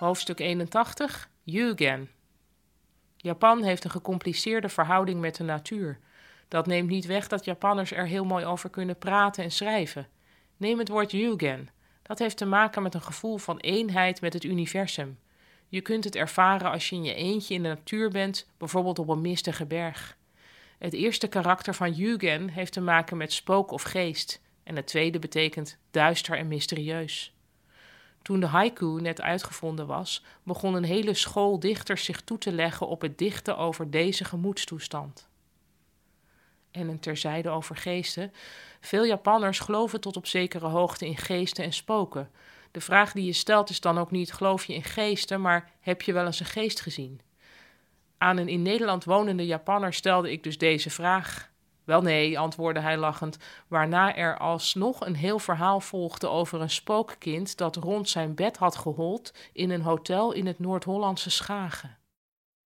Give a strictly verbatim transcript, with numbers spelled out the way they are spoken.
Hoofdstuk eenentachtig, Yugen. Japan heeft een gecompliceerde verhouding met de natuur. Dat neemt niet weg dat Japanners er heel mooi over kunnen praten en schrijven. Neem het woord Yugen. Dat heeft te maken met een gevoel van eenheid met het universum. Je kunt het ervaren als je in je eentje in de natuur bent, bijvoorbeeld op een mistige berg. Het eerste karakter van Yugen heeft te maken met spook of geest. En het tweede betekent duister en mysterieus. Toen de haiku net uitgevonden was, begon een hele school dichters zich toe te leggen op het dichten over deze gemoedstoestand. En een terzijde over geesten. Veel Japanners geloven tot op zekere hoogte in geesten en spoken. De vraag die je stelt is dan ook niet: geloof je in geesten, maar heb je wel eens een geest gezien? Aan een in Nederland wonende Japanner stelde ik dus deze vraag. Wel nee, antwoordde hij lachend, waarna er alsnog een heel verhaal volgde over een spookkind dat rond zijn bed had gehold in een hotel in het Noord-Hollandse Schagen.